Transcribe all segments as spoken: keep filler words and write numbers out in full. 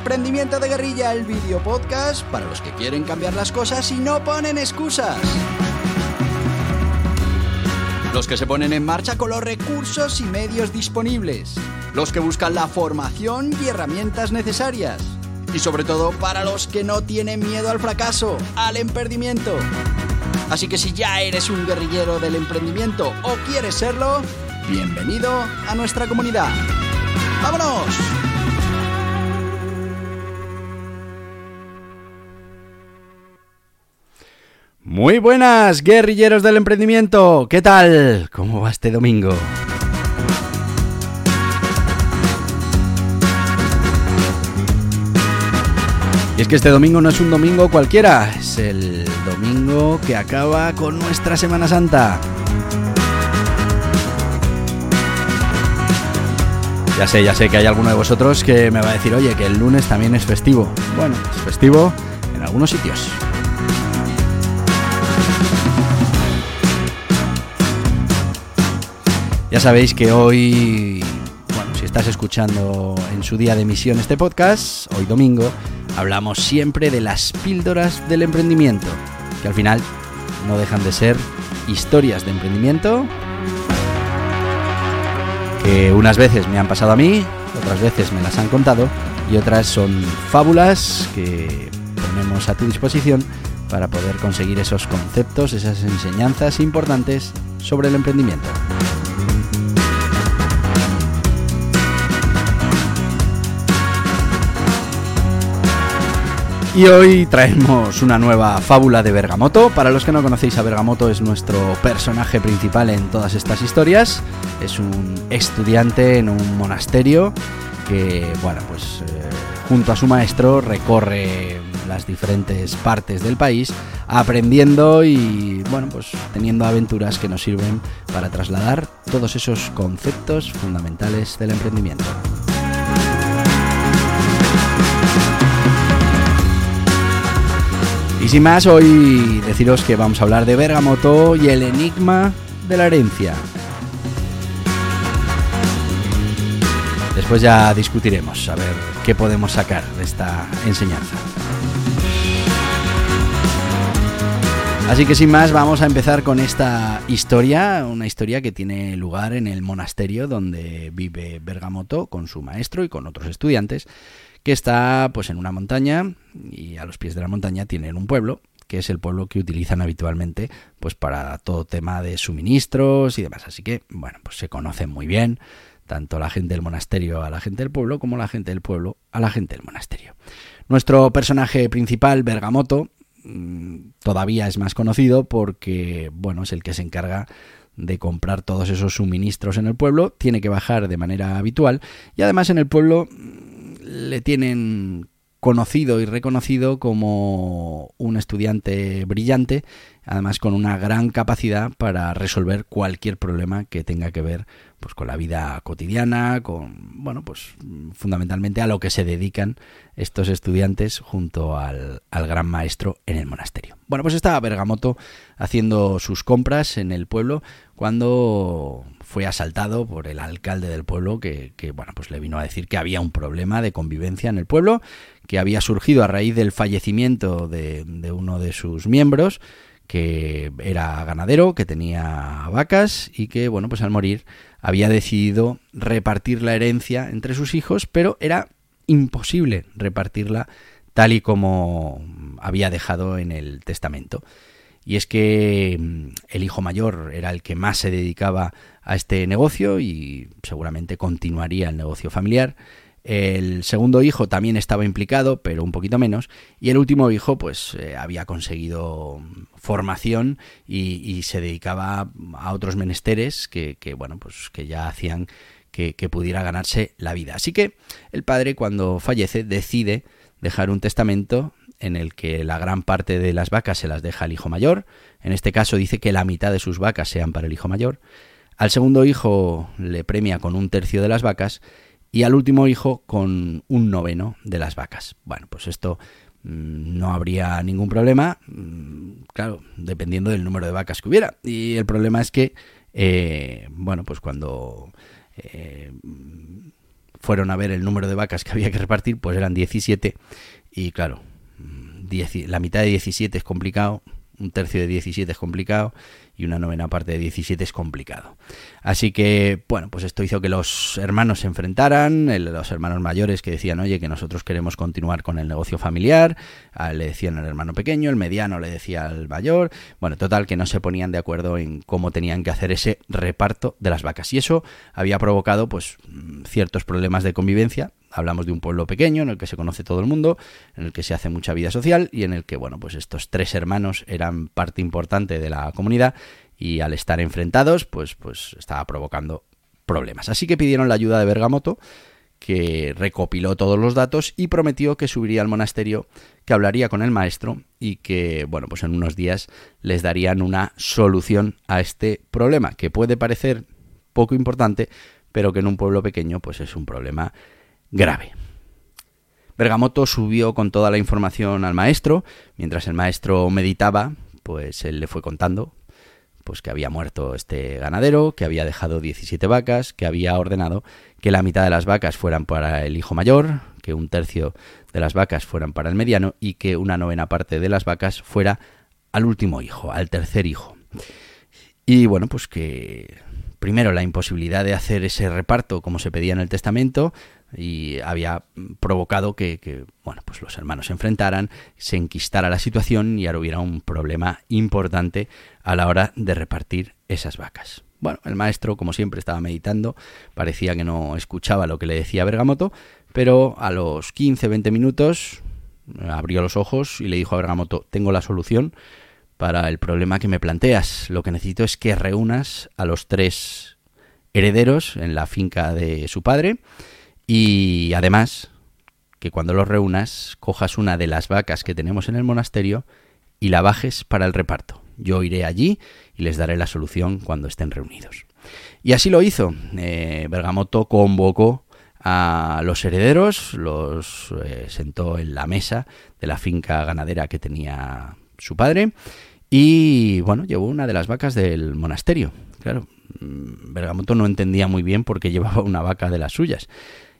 Emprendimiento de Guerrilla, el vídeo podcast para los que quieren cambiar las cosas y no ponen excusas. Los que se ponen en marcha con los recursos y medios disponibles. Los que buscan la formación y herramientas necesarias. Y sobre todo para los que no tienen miedo al fracaso, al emprendimiento. Así que si ya eres un guerrillero del emprendimiento o quieres serlo, bienvenido a nuestra comunidad. ¡Vámonos! Muy buenas, guerrilleros del emprendimiento. ¿Qué tal? ¿Cómo va este domingo? Y es que este domingo no es un domingo cualquiera, es el domingo que acaba con nuestra Semana Santa. Ya sé, ya sé que hay alguno de vosotros que me va a decir, oye, que el lunes también es festivo. Bueno, es festivo en algunos sitios. Ya sabéis que hoy, bueno, si estás escuchando en su día de emisión este podcast, hoy domingo, hablamos siempre de las píldoras del emprendimiento, que al final no dejan de ser historias de emprendimiento que unas veces me han pasado a mí, otras veces me las han contado y otras son fábulas que ponemos a tu disposición para poder conseguir esos conceptos, esas enseñanzas importantes sobre el emprendimiento. Y hoy traemos una nueva fábula de Bergamoto. Para los que no conocéis a Bergamoto, es nuestro personaje principal en todas estas historias. Es un estudiante en un monasterio que, bueno, pues eh, junto a su maestro recorre las diferentes partes del país aprendiendo y, bueno, pues teniendo aventuras que nos sirven para trasladar todos esos conceptos fundamentales del emprendimiento. Y sin más, hoy deciros que vamos a hablar de Bergamoto y el enigma de la herencia. Después ya discutiremos a ver qué podemos sacar de esta enseñanza. Así que sin más, vamos a empezar con esta historia, una historia que tiene lugar en el monasterio donde vive Bergamoto con su maestro y con otros estudiantes, que está pues en una montaña y a los pies de la montaña tienen un pueblo, que es el pueblo que utilizan habitualmente pues para todo tema de suministros y demás. Así que, bueno, pues se conocen muy bien, tanto la gente del monasterio a la gente del pueblo, como la gente del pueblo a la gente del monasterio. Nuestro personaje principal, Bergamoto, todavía es más conocido porque, bueno, es el que se encarga de comprar todos esos suministros en el pueblo, tiene que bajar de manera habitual y además en el pueblo le tienen conocido y reconocido como un estudiante brillante, además con una gran capacidad para resolver cualquier problema que tenga que ver pues con la vida cotidiana, con, bueno, pues fundamentalmente a lo que se dedican estos estudiantes junto al, al gran maestro en el monasterio. Bueno, pues estaba Bergamoto haciendo sus compras en el pueblo cuando fue asaltado por el alcalde del pueblo que, que, bueno, pues le vino a decir que había un problema de convivencia en el pueblo, que había surgido a raíz del fallecimiento de, de uno de sus miembros, que era ganadero, que tenía vacas y que, bueno, pues al morir había decidido repartir la herencia entre sus hijos, pero era imposible repartirla tal y como había dejado en el testamento. Y es que el hijo mayor era el que más se dedicaba a este negocio y seguramente continuaría el negocio familiar. El segundo hijo también estaba implicado, pero un poquito menos. Y el último hijo, pues, eh, había conseguido formación y, y se dedicaba a otros menesteres que, que bueno, pues, que ya hacían que, que pudiera ganarse la vida. Así que el padre, cuando fallece, decide dejar un testamento en el que la gran parte de las vacas se las deja al hijo mayor. En este caso dice que la mitad de sus vacas sean para el hijo mayor. Al segundo hijo le premia con un tercio de las vacas y al último hijo con un noveno de las vacas. Bueno, pues esto mmm, no habría ningún problema, mmm, claro, dependiendo del número de vacas que hubiera. Y el problema es que, eh, bueno, pues cuando eh, fueron a ver el número de vacas que había que repartir, pues eran diecisiete, y claro, diez, la mitad de diecisiete es complicado, un tercio de diecisiete es complicado y una novena parte de diecisiete es complicado. Así que, bueno, pues esto hizo que los hermanos se enfrentaran, el, los hermanos mayores que decían, oye, que nosotros queremos continuar con el negocio familiar, a, le decían al hermano pequeño, el mediano le decía al mayor, bueno, total, que no se ponían de acuerdo en cómo tenían que hacer ese reparto de las vacas. Y eso había provocado, pues, ciertos problemas de convivencia. Hablamos de un pueblo pequeño en el que se conoce todo el mundo, en el que se hace mucha vida social y en el que, bueno, pues estos tres hermanos eran parte importante de la comunidad y al estar enfrentados, pues, pues estaba provocando problemas. Así que pidieron la ayuda de Bergamoto, que recopiló todos los datos y prometió que subiría al monasterio, que hablaría con el maestro y que, bueno, pues en unos días les darían una solución a este problema, que puede parecer poco importante, pero que en un pueblo pequeño, pues es un problema grave. Bergamoto subió con toda la información al maestro. Mientras el maestro meditaba, pues él le fue contando pues que había muerto este ganadero, que había dejado diecisiete vacas, que había ordenado que la mitad de las vacas fueran para el hijo mayor, que un tercio de las vacas fueran para el mediano y que una novena parte de las vacas fuera al último hijo, al tercer hijo. Y bueno, pues que primero la imposibilidad de hacer ese reparto como se pedía en el testamento y había provocado que, que bueno, pues los hermanos se enfrentaran, se enquistara la situación y ahora hubiera un problema importante a la hora de repartir esas vacas. Bueno, el maestro, como siempre, estaba meditando, parecía que no escuchaba lo que le decía Bergamoto, pero a los quince a veinte minutos abrió los ojos y le dijo a Bergamoto, tengo la solución para el problema que me planteas. Lo que necesito es que reúnas a los tres herederos en la finca de su padre y además que cuando los reúnas cojas una de las vacas que tenemos en el monasterio y la bajes para el reparto. Yo iré allí y les daré la solución cuando estén reunidos. Y así lo hizo. Eh, Bergamoto convocó a los herederos, los eh, sentó en la mesa de la finca ganadera que tenía su padre y, bueno, llevó una de las vacas del monasterio. Claro, Bergamoto no entendía muy bien por qué llevaba una vaca de las suyas.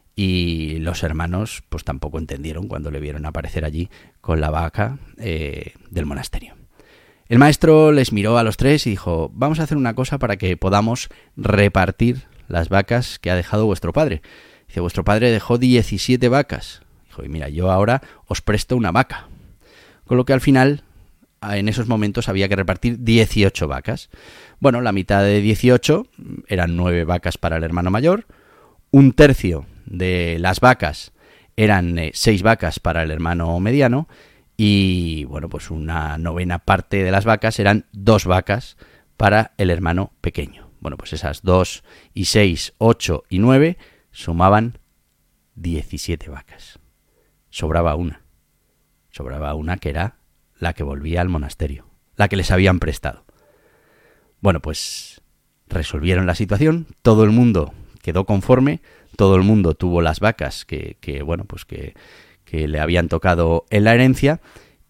Y los hermanos pues tampoco entendieron cuando le vieron aparecer allí con la vaca eh, del monasterio. El maestro les miró a los tres y dijo, vamos a hacer una cosa para que podamos repartir las vacas que ha dejado vuestro padre. Dice, vuestro padre dejó diecisiete vacas. Dijo, y mira, yo ahora os presto una vaca. Con lo que al final, en esos momentos, había que repartir dieciocho vacas. Bueno, la mitad de dieciocho eran nueve vacas para el hermano mayor, un tercio de las vacas eran eh, seis vacas para el hermano mediano y, bueno, pues una novena parte de las vacas eran dos vacas para el hermano pequeño. Bueno, pues esas dos y seis, ocho y nueve sumaban diecisiete vacas. Sobraba una. Sobraba una que era la que volvía al monasterio, la que les habían prestado. Bueno, pues resolvieron la situación, todo el mundo quedó conforme, todo el mundo tuvo las vacas que, que bueno, pues que, que le habían tocado en la herencia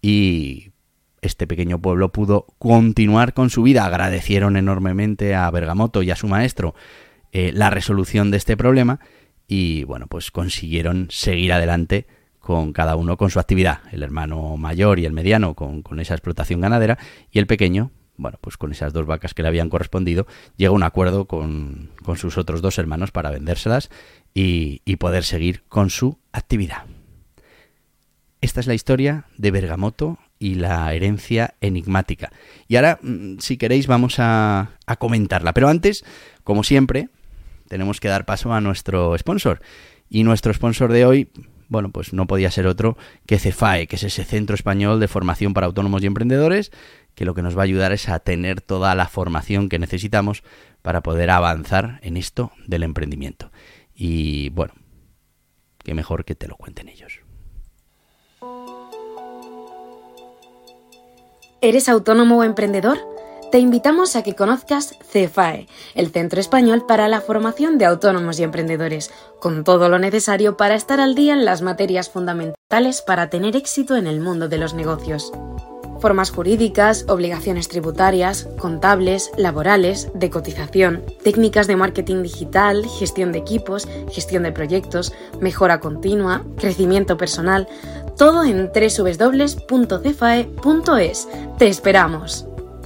y este pequeño pueblo pudo continuar con su vida. Agradecieron enormemente a Bergamoto y a su maestro eh, la resolución de este problema y, bueno, pues consiguieron seguir adelante con cada uno con su actividad. El hermano mayor y el mediano con, con esa explotación ganadera y el pequeño, bueno, pues con esas dos vacas que le habían correspondido, llegó a un acuerdo con, con sus otros dos hermanos para vendérselas y, y poder seguir con su actividad. Esta es la historia de Bergamoto y la herencia enigmática. Y ahora, si queréis, vamos a, a comentarla. Pero antes, como siempre, tenemos que dar paso a nuestro sponsor. Y nuestro sponsor de hoy, bueno, pues no podía ser otro que Cefae, que es ese centro español de formación para autónomos y emprendedores, que lo que nos va a ayudar es a tener toda la formación que necesitamos para poder avanzar en esto del emprendimiento. Y bueno, qué mejor que te lo cuenten ellos. ¿Eres autónomo o emprendedor? Te invitamos a que conozcas Cefae, el Centro Español para la Formación de Autónomos y Emprendedores, con todo lo necesario para estar al día en las materias fundamentales para tener éxito en el mundo de los negocios. Formas jurídicas, obligaciones tributarias, contables, laborales, de cotización, técnicas de marketing digital, gestión de equipos, gestión de proyectos, mejora continua, crecimiento personal, todo en doble u doble u doble u punto cefae punto es. ¡Te esperamos!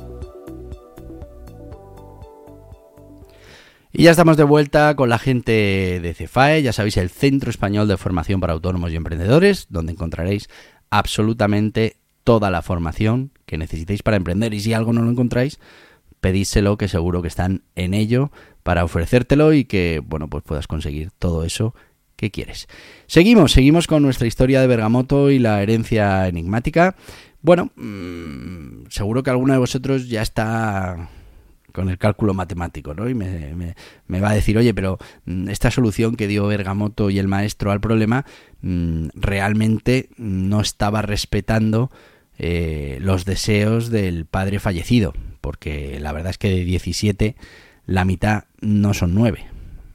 Y ya estamos de vuelta con la gente de Cefae, ya sabéis, el Centro Español de Formación para Autónomos y Emprendedores, donde encontraréis absolutamente toda la formación que necesitéis para emprender. Y si algo no lo encontráis, pedíselo, que seguro que están en ello para ofrecértelo y que, bueno, pues puedas conseguir todo eso que quieres. Seguimos, seguimos con nuestra historia de Bergamoto y la herencia enigmática. Bueno, mmm, seguro que alguno de vosotros ya está con el cálculo matemático, ¿no? Y me, me, me va a decir, oye, pero esta solución que dio Bergamoto y el maestro al problema mmm, realmente no estaba respetando eh, los deseos del padre fallecido, porque la verdad es que de diecisiete la mitad no son nueve.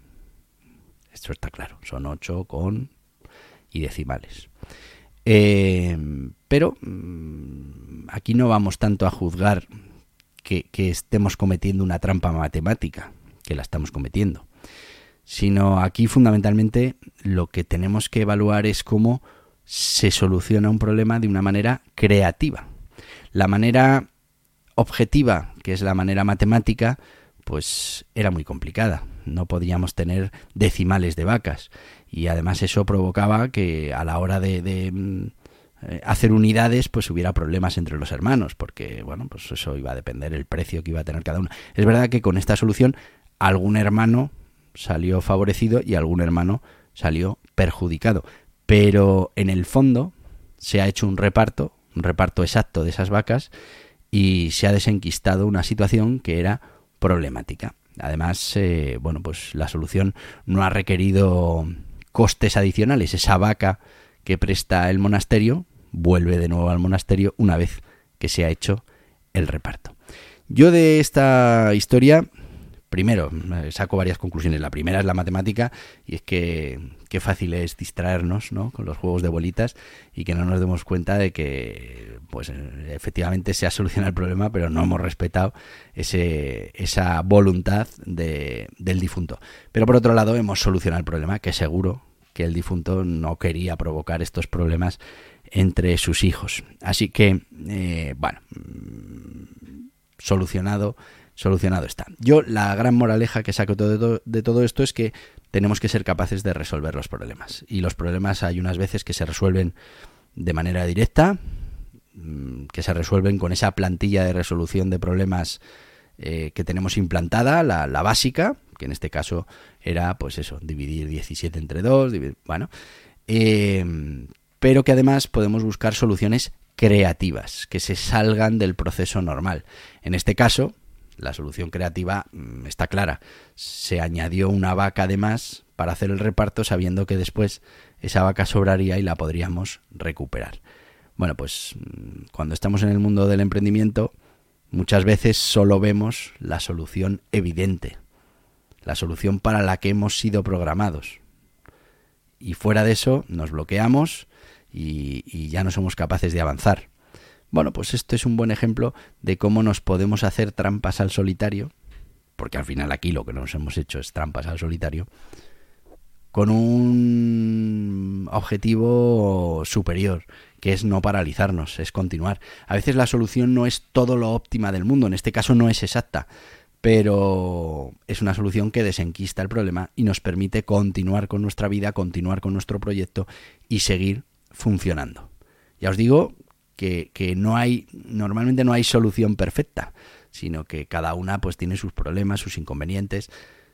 Esto está claro, son ocho con y decimales. Eh, pero mmm, aquí no vamos tanto a juzgar Que, que estemos cometiendo una trampa matemática, que la estamos cometiendo, sino aquí fundamentalmente lo que tenemos que evaluar es cómo se soluciona un problema de una manera creativa. La manera objetiva, que es la manera matemática, pues era muy complicada. No podíamos tener decimales de vacas y además eso provocaba que a la hora de... de hacer unidades, pues hubiera problemas entre los hermanos, porque bueno, pues eso iba a depender el precio que iba a tener cada uno. Es verdad que con esta solución algún hermano salió favorecido y algún hermano salió perjudicado, pero en el fondo se ha hecho un reparto, un reparto exacto de esas vacas y se ha desenquistado una situación que era problemática. Además, eh, bueno, pues la solución no ha requerido costes adicionales. Esa vaca que presta el monasterio vuelve de nuevo al monasterio una vez que se ha hecho el reparto. Yo de esta historia, primero, saco varias conclusiones. La primera es la matemática, y es que qué fácil es distraernos, ¿no?, con los juegos de bolitas y que no nos demos cuenta de que pues efectivamente se ha solucionado el problema, pero no hemos respetado ese, esa voluntad de, del difunto. Pero por otro lado hemos solucionado el problema, que seguro que el difunto no quería provocar estos problemas entre sus hijos. Así que, eh, bueno, solucionado, solucionado está. Yo la gran moraleja que saco de todo, de todo esto es que tenemos que ser capaces de resolver los problemas. Y los problemas hay unas veces que se resuelven de manera directa, que se resuelven con esa plantilla de resolución de problemas eh, que tenemos implantada, la, la básica, que en este caso era, pues eso, dividir diecisiete entre dos, dividir, bueno, eh, pero que además podemos buscar soluciones creativas, que se salgan del proceso normal. En este caso, la solución creativa mmm, está clara. Se añadió una vaca de más para hacer el reparto, sabiendo que después esa vaca sobraría y la podríamos recuperar. Bueno, pues cuando estamos en el mundo del emprendimiento, muchas veces solo vemos la solución evidente, la solución para la que hemos sido programados. Y fuera de eso nos bloqueamos y, y ya no somos capaces de avanzar. Bueno, pues esto es un buen ejemplo de cómo nos podemos hacer trampas al solitario, porque al final aquí lo que nos hemos hecho es trampas al solitario, con un objetivo superior, que es no paralizarnos, es continuar. A veces la solución no es todo lo óptima del mundo, en este caso no es exacta, pero es una solución que desenquista el problema y nos permite continuar con nuestra vida, continuar con nuestro proyecto y seguir funcionando. Ya os digo que, que no hay, normalmente no hay solución perfecta, sino que cada una pues tiene sus problemas, sus inconvenientes.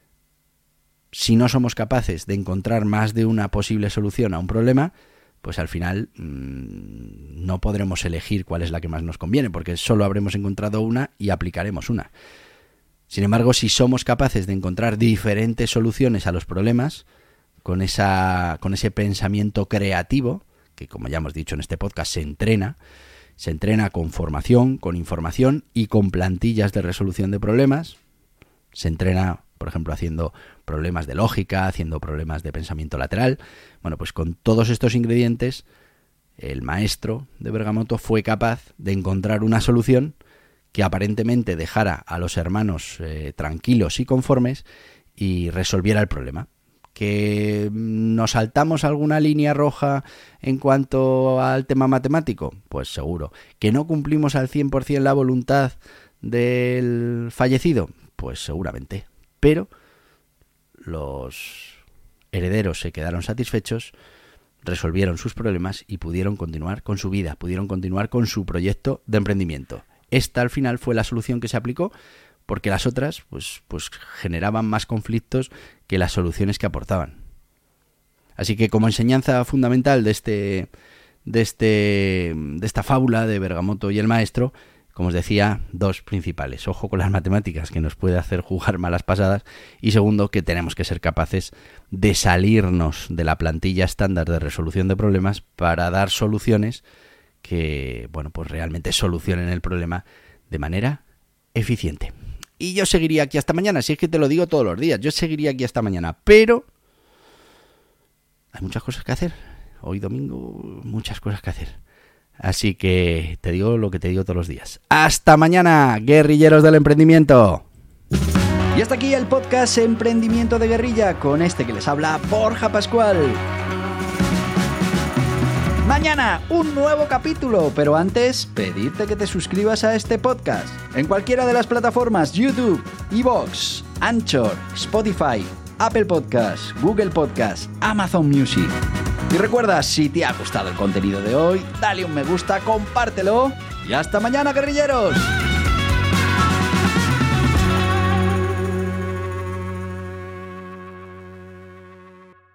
Si no somos capaces de encontrar más de una posible solución a un problema, pues al final mmm, no podremos elegir cuál es la que más nos conviene, porque solo habremos encontrado una y aplicaremos una. Sin embargo, si somos capaces de encontrar diferentes soluciones a los problemas, con esa, con ese pensamiento creativo, que como ya hemos dicho en este podcast, se entrena, se entrena con formación, con información y con plantillas de resolución de problemas, se entrena, por ejemplo, haciendo problemas de lógica, haciendo problemas de pensamiento lateral. Bueno, pues con todos estos ingredientes el maestro de Bergamoto fue capaz de encontrar una solución que aparentemente dejara a los hermanos eh, tranquilos y conformes y resolviera el problema. ¿Que nos saltamos alguna línea roja en cuanto al tema matemático? Pues seguro. ¿Que no cumplimos al cien por ciento la voluntad del fallecido? Pues seguramente. Pero los herederos se quedaron satisfechos, resolvieron sus problemas y pudieron continuar con su vida, pudieron continuar con su proyecto de emprendimiento. Esta al final fue la solución que se aplicó, porque las otras pues, pues generaban más conflictos que las soluciones que aportaban. Así que como enseñanza fundamental de este, de este, de esta fábula de Bergamoto y el maestro, como os decía, dos principales. Ojo con las matemáticas, que nos puede hacer jugar malas pasadas. Y segundo, que tenemos que ser capaces de salirnos de la plantilla estándar de resolución de problemas para dar soluciones que, bueno, pues realmente solucionen el problema de manera eficiente. Y yo seguiría aquí hasta mañana, si es que te lo digo todos los días, yo seguiría aquí hasta mañana, pero hay muchas cosas que hacer. Hoy domingo, muchas cosas que hacer. Así que te digo lo que te digo todos los días. ¡Hasta mañana, guerrilleros del emprendimiento! Y hasta aquí el podcast Emprendimiento de Guerrilla, con este que les habla Borja Pascual. Mañana un nuevo capítulo, pero antes pedirte que te suscribas a este podcast en cualquiera de las plataformas YouTube, iVoox, Anchor, Spotify, Apple Podcasts, Google Podcasts, Amazon Music. Y recuerda, si te ha gustado el contenido de hoy, dale un me gusta, compártelo y hasta mañana, guerrilleros.